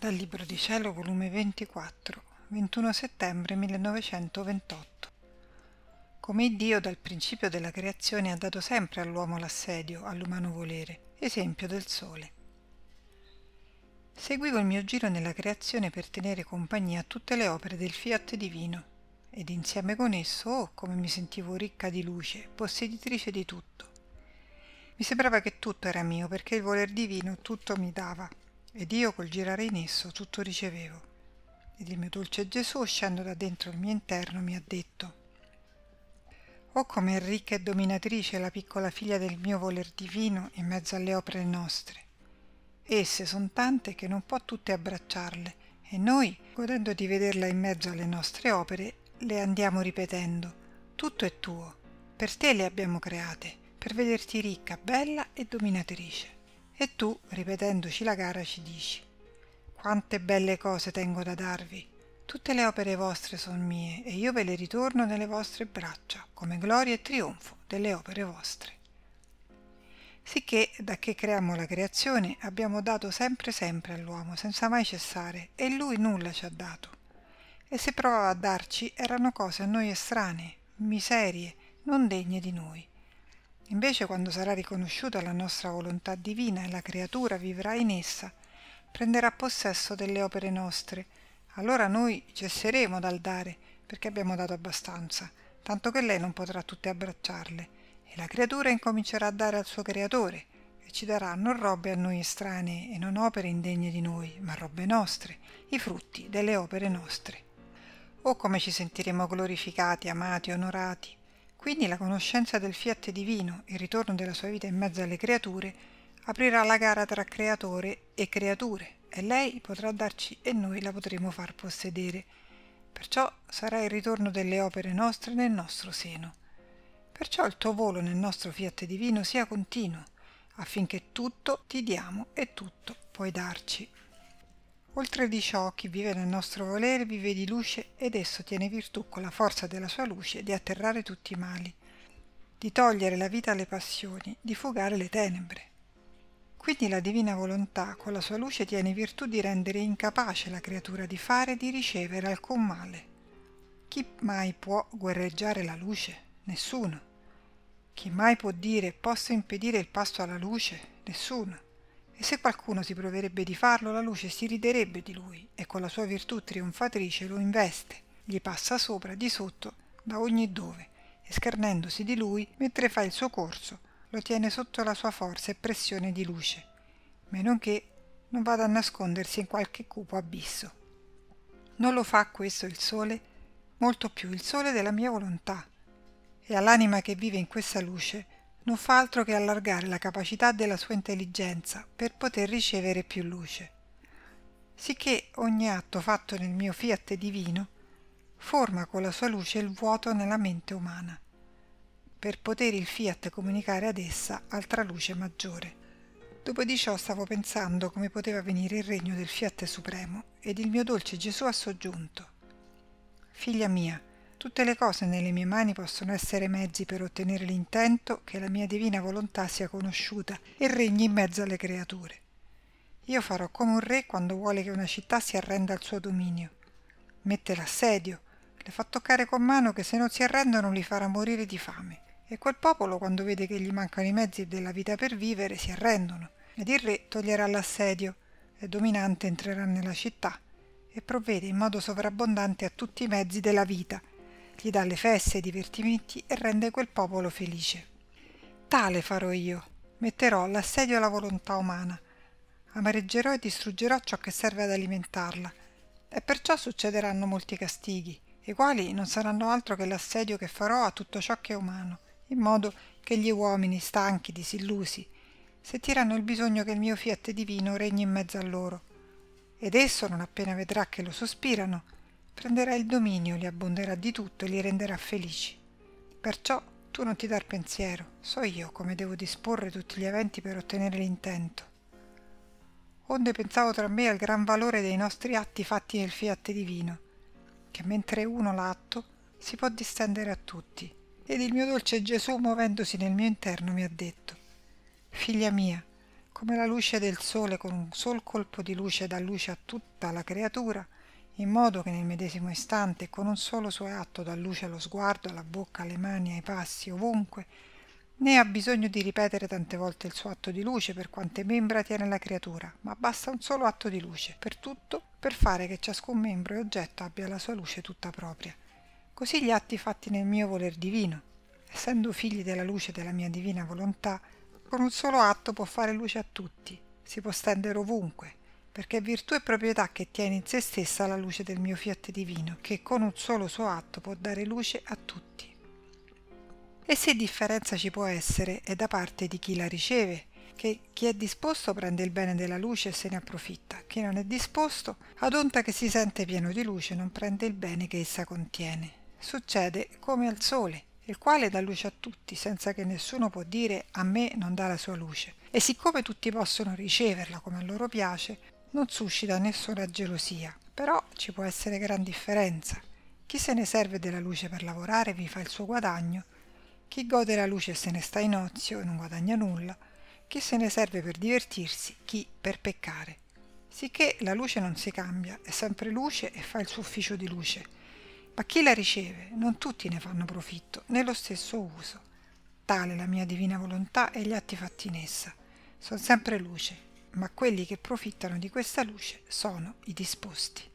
Dal Libro di Cielo, volume 24, 21 settembre 1928. Come Dio dal principio della creazione ha dato sempre all'uomo l'assedio, all'umano volere, esempio del sole. Seguivo il mio giro nella creazione per tenere compagnia a tutte le opere del fiat divino, ed insieme con esso, come mi sentivo ricca di luce, posseditrice di tutto. Mi sembrava che tutto era mio, perché il voler divino tutto mi dava, ed io col girare in esso tutto ricevevo. Ed il mio dolce Gesù, uscendo da dentro il mio interno, mi ha detto: «Oh, come è ricca e dominatrice la piccola figlia del mio voler divino in mezzo alle opere nostre! Esse son tante che non può tutte abbracciarle, e noi, godendo di vederla in mezzo alle nostre opere, le andiamo ripetendo: tutto è tuo, per te le abbiamo create, per vederti ricca, bella e dominatrice». E tu, ripetendoci la gara, ci dici: «Quante belle cose tengo da darvi! Tutte le opere vostre son mie, e io ve le ritorno nelle vostre braccia, come gloria e trionfo delle opere vostre». Sicché, da che creiamo la creazione, abbiamo dato sempre all'uomo, senza mai cessare, e lui nulla ci ha dato. E se provava a darci, erano cose a noi estranee, miserie, non degne di noi. Invece, quando sarà riconosciuta la nostra volontà divina e la creatura vivrà in essa, prenderà possesso delle opere nostre. Allora noi cesseremo dal dare, perché abbiamo dato abbastanza, tanto che lei non potrà tutte abbracciarle, e la creatura incomincerà a dare al suo creatore, e ci darà non robe a noi estranee e non opere indegne di noi, ma robe nostre, i frutti delle opere nostre. Oh, come ci sentiremo glorificati, amati, onorati! Quindi la conoscenza del fiat divino, il ritorno della sua vita in mezzo alle creature, aprirà la gara tra creatore e creature, e lei potrà darci e noi la potremo far possedere. Perciò sarà il ritorno delle opere nostre nel nostro seno. Perciò il tuo volo nel nostro fiat divino sia continuo, affinché tutto ti diamo e tutto puoi darci. Oltre di ciò, chi vive nel nostro volere vive di luce, ed esso tiene virtù con la forza della sua luce di atterrare tutti i mali, di togliere la vita alle passioni, di fugare le tenebre. Quindi la divina volontà con la sua luce tiene virtù di rendere incapace la creatura di fare e di ricevere alcun male. Chi mai può guerreggiare la luce? Nessuno. Chi mai può dire: posso impedire il passo alla luce? Nessuno. E se qualcuno si proverebbe di farlo, la luce si riderebbe di lui e con la sua virtù trionfatrice lo investe, gli passa sopra, di sotto, da ogni dove, e schernendosi di lui, mentre fa il suo corso, lo tiene sotto la sua forza e pressione di luce, meno che non vada a nascondersi in qualche cupo abisso. Non lo fa questo il sole? Molto più il sole della mia volontà. E all'anima che vive in questa luce non fa altro che allargare la capacità della sua intelligenza per poter ricevere più luce. Sicché ogni atto fatto nel mio fiat divino forma con la sua luce il vuoto nella mente umana, per poter il fiat comunicare ad essa altra luce maggiore. Dopo di ciò stavo pensando come poteva venire il regno del fiat supremo, ed il mio dolce Gesù ha soggiunto: «Figlia mia, tutte le cose nelle mie mani possono essere mezzi per ottenere l'intento che la mia divina volontà sia conosciuta e regni in mezzo alle creature. Io farò come un re quando vuole che una città si arrenda al suo dominio. Mette l'assedio, le fa toccare con mano che se non si arrendono li farà morire di fame. E quel popolo, quando vede che gli mancano i mezzi della vita per vivere, si arrendono. Ed il re toglierà l'assedio, e dominante entrerà nella città e provvede in modo sovrabbondante a tutti i mezzi della vita, gli dà le feste e i divertimenti e rende quel popolo felice. Tale farò io, metterò l'assedio alla volontà umana, amareggerò e distruggerò ciò che serve ad alimentarla, e perciò succederanno molti castighi, i quali non saranno altro che l'assedio che farò a tutto ciò che è umano, in modo che gli uomini, stanchi, disillusi, sentiranno il bisogno che il mio fiat divino regni in mezzo a loro, ed esso, non appena vedrà che lo sospirano, prenderà il dominio, li abbonderà di tutto e li renderà felici. Perciò tu non ti dar pensiero, so io come devo disporre tutti gli eventi per ottenere l'intento. Onde pensavo tra me al gran valore dei nostri atti fatti nel fiat divino, che mentre uno l'atto si può distendere a tutti. Ed il mio dolce Gesù, muovendosi nel mio interno, mi ha detto: «Figlia mia, come la luce del sole con un sol colpo di luce dà luce a tutta la creatura, in modo che nel medesimo istante, con un solo suo atto, dà luce allo sguardo, alla bocca, alle mani, ai passi, ovunque, né ha bisogno di ripetere tante volte il suo atto di luce per quante membra tiene la creatura, ma basta un solo atto di luce per tutto per fare che ciascun membro e oggetto abbia la sua luce tutta propria. Così gli atti fatti nel mio voler divino, essendo figli della luce della mia divina volontà, con un solo atto può fare luce a tutti, si può stendere ovunque, perché è virtù e proprietà che tiene in se stessa la luce del mio fiat divino, che con un solo suo atto può dare luce a tutti. E se differenza ci può essere è da parte di chi la riceve, che chi è disposto prende il bene della luce e se ne approfitta, chi non è disposto, ad onta che si sente pieno di luce, non prende il bene che essa contiene. Succede come al sole, il quale dà luce a tutti, senza che nessuno può dire a me non dà la sua luce. E siccome tutti possono riceverla come a loro piace, non suscita nessuna gelosia. Però ci può essere gran differenza. Chi se ne serve della luce per lavorare vi fa il suo guadagno, chi gode la luce e se ne sta in ozio e non guadagna nulla, chi se ne serve per divertirsi, chi per peccare. Sicché la luce non si cambia, è sempre luce e fa il suo ufficio di luce. Ma chi la riceve, non tutti ne fanno profitto, né lo stesso uso. Tale la mia divina volontà e gli atti fatti in essa. Sono sempre luce, ma quelli che profittano di questa luce sono i disposti.